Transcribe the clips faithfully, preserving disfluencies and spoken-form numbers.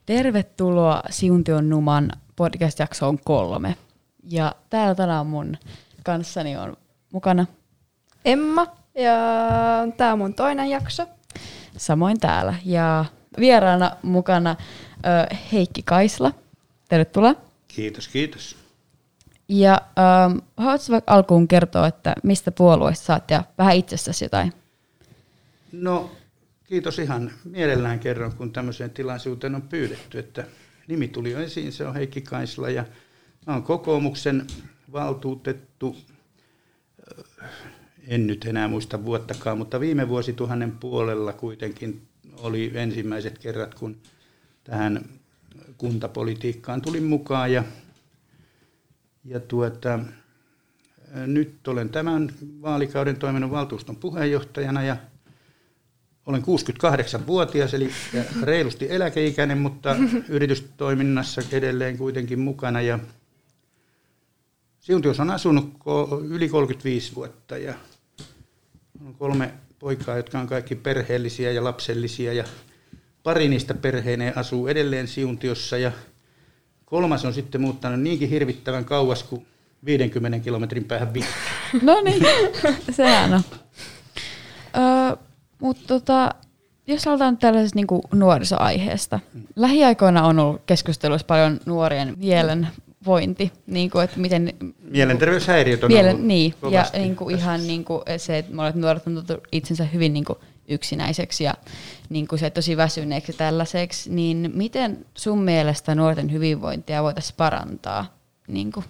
Tervetuloa Siuntion Numan podcast-jaksoon kolme. Ja täällä tänään mun kanssani on mukana Emma, ja tää on mun toinen jakso. Samoin täällä. Ja vieraana mukana ö, Heikki Kaisla. Tervetuloa. Kiitos, kiitos. Ja ähm, haluatko vaikka alkuun kertoa, että mistä puolueesta saat ja vähän itsestäsi jotain? No kiitos, ihan mielellään kerron, kun tämmöiseen tilaisuuteen on pyydetty, että nimi tuli jo esiin, se on Heikki Kaisla ja mä oon kokoomuksen valtuutettu, en nyt enää muista vuottakaan, mutta viime vuosituhannen puolella kuitenkin oli ensimmäiset kerrat, kun tähän kuntapolitiikkaan tulin mukaan ja, ja tuota, nyt olen tämän vaalikauden toiminut valtuuston puheenjohtajana ja olen kuusikymmentäkahdeksanvuotias, eli reilusti eläkeikäinen, mutta yritystoiminnassa edelleen kuitenkin mukana. Ja Siuntiossa on asunut yli kolmekymmentäviisi vuotta ja on kolme poikaa, jotka on kaikki perheellisiä ja lapsellisia. Ja pari niistä perheineen asuu edelleen Siuntiossa ja kolmas on sitten muuttanut niinkin hirvittävän kauas kuin viidenkymmenen kilometrin päähän Vihtiin. No niin, sehän on. Öö, Mutta tota, jos aloitetaan tällaisesta niinku nuorisoaiheesta. Lähiaikoina on ollut keskustelussa paljon nuorien mielenvointi. Niinku, että miten, Mielenterveyshäiriöt on mielen, ollut niin, ja kovasti. niinku ihan niinku se, että monet nuoret on tuttu itsensä hyvin niinku yksinäiseksi ja niinku se tosi väsyneeksi tällaiseksi. Niin miten sun mielestä nuorten hyvinvointia voitaisiin parantaa? Niinku?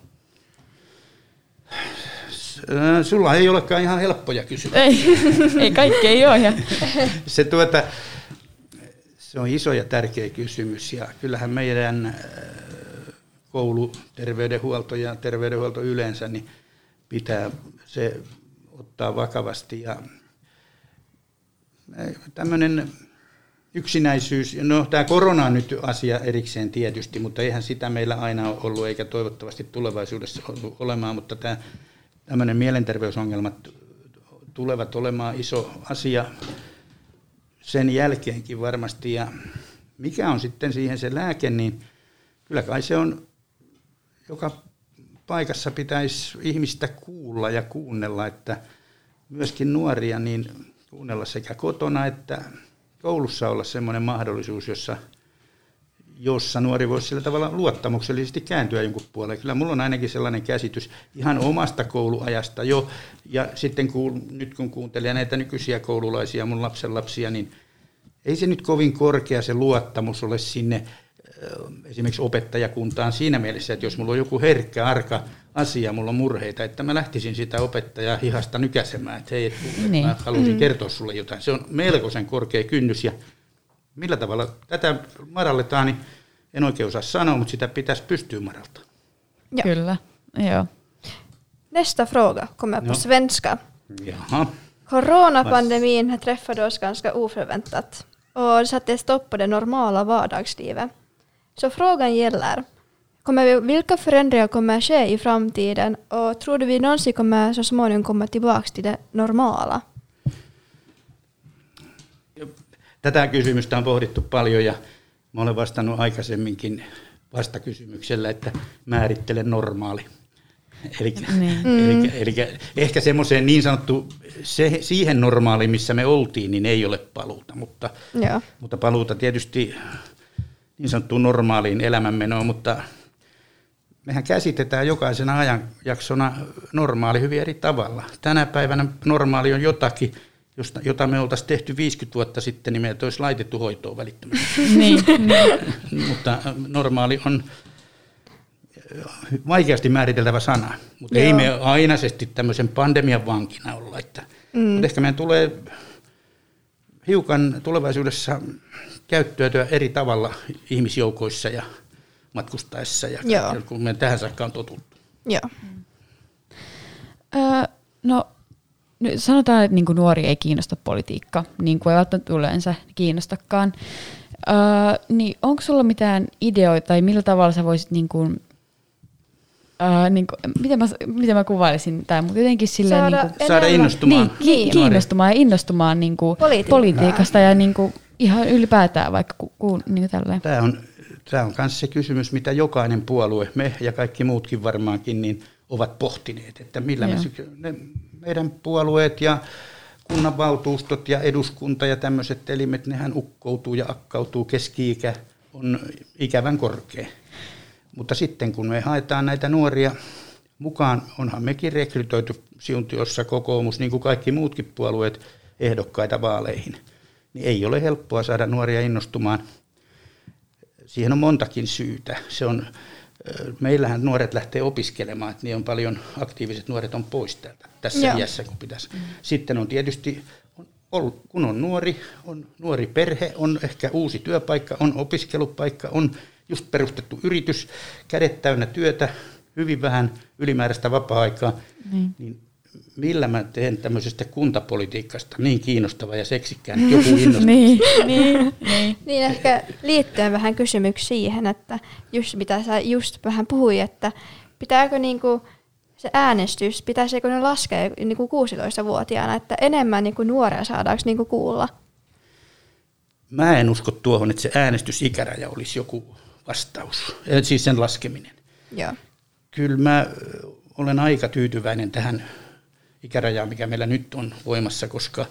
Sulla ei olekaan ihan helppoja kysymyksiä. Ei, ei kaikki ei ole. Ja. Se, tuota, se on iso ja tärkeä kysymys ja kyllähän meidän kouluterveydenhuolto ja terveydenhuolto yleensä niin pitää se ottaa vakavasti. Ja tämmöinen yksinäisyys, no tämä korona on nyt asia erikseen tietysti, mutta eihän sitä meillä aina ole ollut eikä toivottavasti tulevaisuudessa ollut olemaan, mutta tämä tämmöinen mielenterveysongelmat tulevat olemaan iso asia sen jälkeenkin varmasti. Ja mikä on sitten siihen se lääke, niin kyllä kai se on, joka paikassa pitäisi ihmistä kuulla ja kuunnella, että myöskin nuoria niin kuunnella sekä kotona että koulussa olla semmoinen mahdollisuus, jossa jossa nuori voisi sillä tavalla luottamuksellisesti kääntyä jonkun puoleen. Kyllä mulla on ainakin sellainen käsitys ihan omasta kouluajasta jo. Ja sitten kun, nyt kun kuuntelen näitä nykyisiä koululaisia, mun lapsenlapsia, niin ei se nyt kovin korkea se luottamus ole sinne esimerkiksi opettajakuntaan siinä mielessä, että jos mulla on joku herkkä, arka asia, mulla on murheita, että mä lähtisin sitä opettajaa hihasta nykäsemään, että hei, et, niin. mä haluaisin mm. kertoa sulle jotain. Se on melkoisen korkea kynnys ja millä tavalla tätä madalletaan, niin en oikein osaa sanoa, mutta sitä pitäisi pystyä madaltamaan. Ja. Kyllä, joo. Nästa fråga kommer på Ja. svenska. Jaha. Coronapandemin träffade oss ganska oförväntat och satte stopp på det normala vardagslivet. Så frågan gäller, kommer vi, vilka förändringar kommer ske i framtiden och tror du vi någonsin kommer så småningom komma tillbaka till det normala? Tätä kysymystä on pohdittu paljon ja mä olen vastannut aikaisemminkin vastakysymyksellä, että määrittele normaali. Eli, Niin. eli, eli ehkä semmoiseen niin sanottu, se, siihen normaaliin, missä me oltiin, niin ei ole paluuta, mutta, Joo. mutta paluuta tietysti niin sanottuun normaaliin elämänmenoon, mutta mehän käsitetään jokaisena ajanjaksona normaali hyvin eri tavalla. Tänä päivänä normaali on jotakin, josta, jota me oltaisiin tehty viisikymmentä vuotta sitten, niin meiltä olisi laitettu hoitoon välittömästi. niin, niin. Mutta normaali on vaikeasti määriteltävä sana, mutta Joo. ei me ainaisesti tämmöisen pandemian vankina olla. Että, mm. Mutta ehkä meidän tulee hiukan tulevaisuudessa käyttäytyä eri tavalla ihmisjoukoissa ja matkustaessa, ja Joo. kun me tähän saakka on totuttu. Joo. Öö, no nyt sanotaan, että niinku nuori ei kiinnosta politiikka, niin kuin ei välttämättä yleensä kiinnostakaan. Öö, niin onko sulla mitään ideoita tai millä tavalla sä voisit niinku, öö, niinku, miten, mä, miten mä kuvailisin tämän, mutta jotenkin silleen Saada niinku, Saada enemmän- innostumaan. niin, ki- kiinnostumaan ja innostumaan niinku Politiikasta. politiikasta ja niinku ihan ylipäätään vaikka ku, ku, niinku tälleen. Tämä on tämä on myös se kysymys, mitä jokainen puolue, me ja kaikki muutkin varmaankin, niin ovat pohtineet, että millä me, ne, meidän puolueet ja kunnanvaltuustot ja eduskunta ja tämmöiset elimet, nehän ukkoutuu ja akkautuu, keski-ikä on ikävän korkea. Mutta sitten kun me haetaan näitä nuoria mukaan, onhan mekin rekrytoitu Siuntiossa kokoomus, niin kuin kaikki muutkin puolueet, ehdokkaita vaaleihin, niin ei ole helppoa saada nuoria innostumaan. Siihen on montakin syytä. Se on, meillähän nuoret lähtee opiskelemaan, että niin on paljon aktiiviset nuoret on pois täältä tässä Joo. iässä, kun pitäisi. Mm. Sitten on tietysti, on, kun on nuori, on nuori perhe, on ehkä uusi työpaikka, on opiskelupaikka, on just perustettu yritys, kädet täynnä työtä, hyvin vähän ylimääräistä vapaa-aikaa, mm. niin millä mä teen tämmöisestä kuntapolitiikasta niin kiinnostavaa ja seksikkään, että joku innostaa. niin, niin, niin. niin ehkä liittyen vähän kysymyksiä siihen, että just mitä sä just vähän puhui, että pitääkö niinku se äänestys, pitäisikö ne laskea niinku kuusitoistavuotiaana, että enemmän niinku nuoria saadaanko niinku kuulla? Mä en usko tuohon, että se äänestysikäraja olisi joku vastaus, siis sen laskeminen. Joo. Kyllä mä olen aika tyytyväinen tähän ikärajaan, mikä meillä nyt on voimassa, koska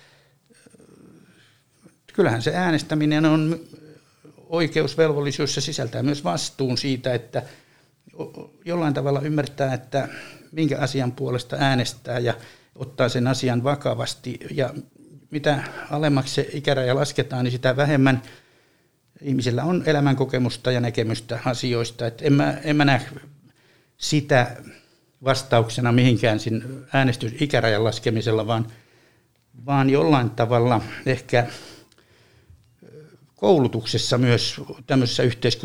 kyllähän se äänestäminen on oikeusvelvollisuus, se sisältää myös vastuun siitä, että jollain tavalla ymmärtää, että minkä asian puolesta äänestää ja ottaa sen asian vakavasti. Ja mitä alemmaksi se ikäraja lasketaan, niin sitä vähemmän ihmisillä on elämänkokemusta ja näkemystä asioista. Et en mä, en mä näe sitä vastauksena mihinkään siinä äänestysikärajan laskemisella, vaan, vaan jollain tavalla ehkä koulutuksessa myös tämmöisissä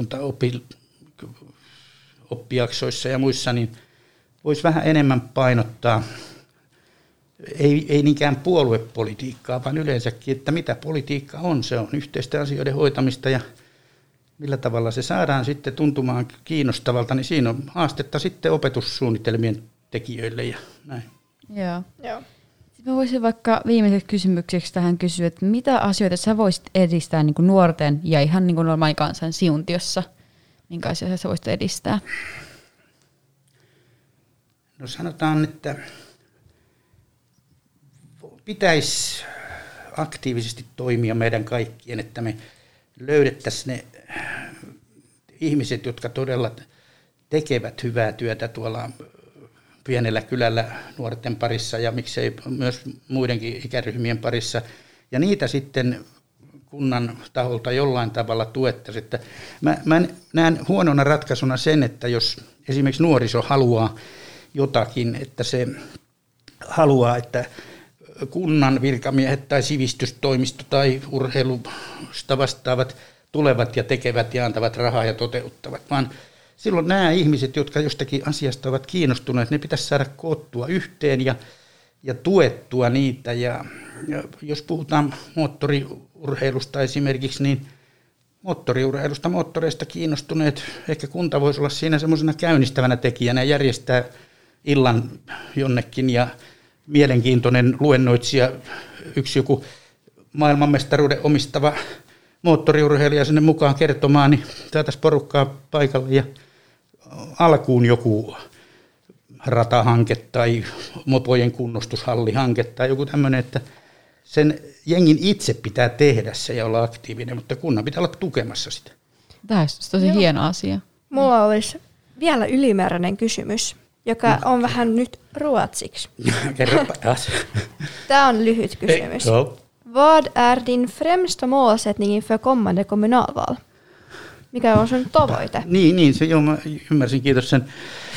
yhteiskuntaoppijaksoissa ja muissa, niin voisi vähän enemmän painottaa, ei, ei niinkään puoluepolitiikkaa, vaan yleensäkin, että mitä politiikka on. Se on yhteisten asioiden hoitamista ja millä tavalla se saadaan sitten tuntumaan kiinnostavalta, niin siinä on haastetta sitten opetussuunnitelmien tekijöille ja näin. Joo. Joo. Sitten mä voisin vaikka viimeiseksi kysymykseksi tähän kysyä, että mitä asioita sä voisit edistää niin kuin nuorten ja ihan niin kuin normaali kansan Siuntiossa? Minkä asioita sä voisit edistää? No sanotaan, että pitäisi aktiivisesti toimia meidän kaikkien, että me löydettäisiin ne ihmiset, jotka todella tekevät hyvää työtä tuolla pienellä kylällä nuorten parissa ja miksei myös muidenkin ikäryhmien parissa. Ja niitä sitten kunnan taholta jollain tavalla tuettaisiin. Että mä, mä näen huonona ratkaisuna sen, että jos esimerkiksi nuoriso haluaa jotakin, että se haluaa, että kunnan virkamiehet tai sivistystoimisto tai urheilusta vastaavat tulevat ja tekevät ja antavat rahaa ja toteuttavat, vaan silloin nämä ihmiset, jotka jostakin asiasta ovat kiinnostuneet, ne pitäisi saada koottua yhteen ja, ja tuettua niitä. Ja, ja jos puhutaan moottoriurheilusta esimerkiksi, niin moottoriurheilusta, moottoreista kiinnostuneet, ehkä kunta voisi olla siinä semmoisena käynnistävänä tekijänä ja järjestää illan jonnekin ja mielenkiintoinen luennoitsija, yksi joku maailmanmestaruuden omistava moottoriurheilija sinne mukaan kertomaan, niin saataisiin porukkaa paikalle ja alkuun joku ratahanke tai mopojen kunnostushallihanke tai joku tämmöinen, että sen jengin itse pitää tehdä se ja olla aktiivinen, mutta kunnan pitää olla tukemassa sitä. Tämä on tosi Joo. hieno asia. Mulla olisi vielä ylimääräinen kysymys, joka on vähän nyt ruotsiksi. Kerropa taas. Tämä on lyhyt kysymys. Joo. Vad är din främsta målsättning inför kommande kommunalval? Mikä on sun tavoite? Niin, niin se, joo, mä ymmärsin, kiitos sen.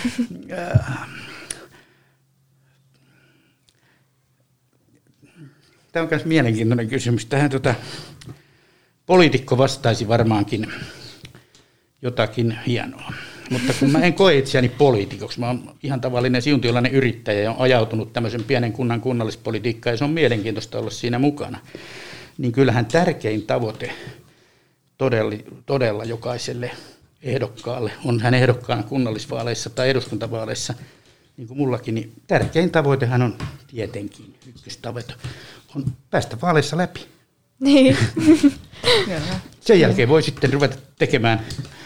Tämä on myös mielenkiintoinen kysymys. Tähän tota, poliitikko vastaisi varmaankin jotakin hienoa. Mutta kun mä en koe itseäni poliitikoksi, mä oon ihan tavallinen siuntiolainen yrittäjä ja on ajautunut tämmöisen pienen kunnan kunnallispolitiikkaan ja se on mielenkiintoista olla siinä mukana, niin kyllähän tärkein tavoite todella, todella jokaiselle ehdokkaalle on hän ehdokkaana kunnallisvaaleissa tai eduskuntavaaleissa, niin kuin mullakin, niin tärkein tavoitehan on tietenkin, ykköstavoite, on päästä vaaleissa läpi. Niin. Sen jälkeen voi sitten ruveta tekemään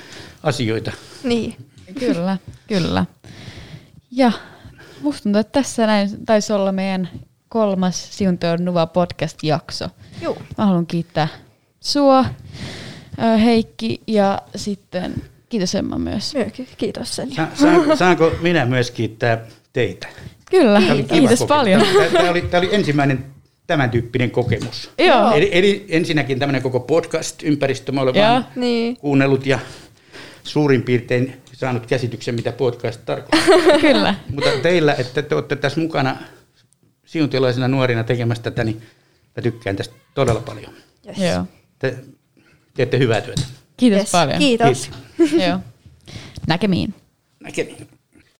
asioita. Niin. Kyllä, kyllä. Ja musta tuntuu, että tässä näin taisi olla meidän kolmas Siuntion Nuva podcast-jakso. Joo. Mä haluan kiittää sua, Heikki, ja sitten kiitos Emma myös. Myöskin, kiitos sen. Sa- saanko, saanko minä myös kiittää teitä? Kyllä, Tämä oli kiva kiitos kokemus. paljon. Tämä oli, tämä oli ensimmäinen tämän tyyppinen kokemus. Joo. Eli, eli ensinnäkin tämmöinen koko podcast-ympäristö. Mä olen Joo. vaan Niin. kuunnellut ja suurin piirtein saanut käsityksen, mitä podcast tarkoittaa. Kyllä. Mutta teillä, että te olette tässä mukana siuntiolaisina nuorina tekemässä tätä, niin mä tykkään tästä todella paljon. Yes. Joo. Te teette hyvää työtä. Kiitos Yes. paljon. Kiitos. Kiitos. Joo. Näkemiin. Näkemiin.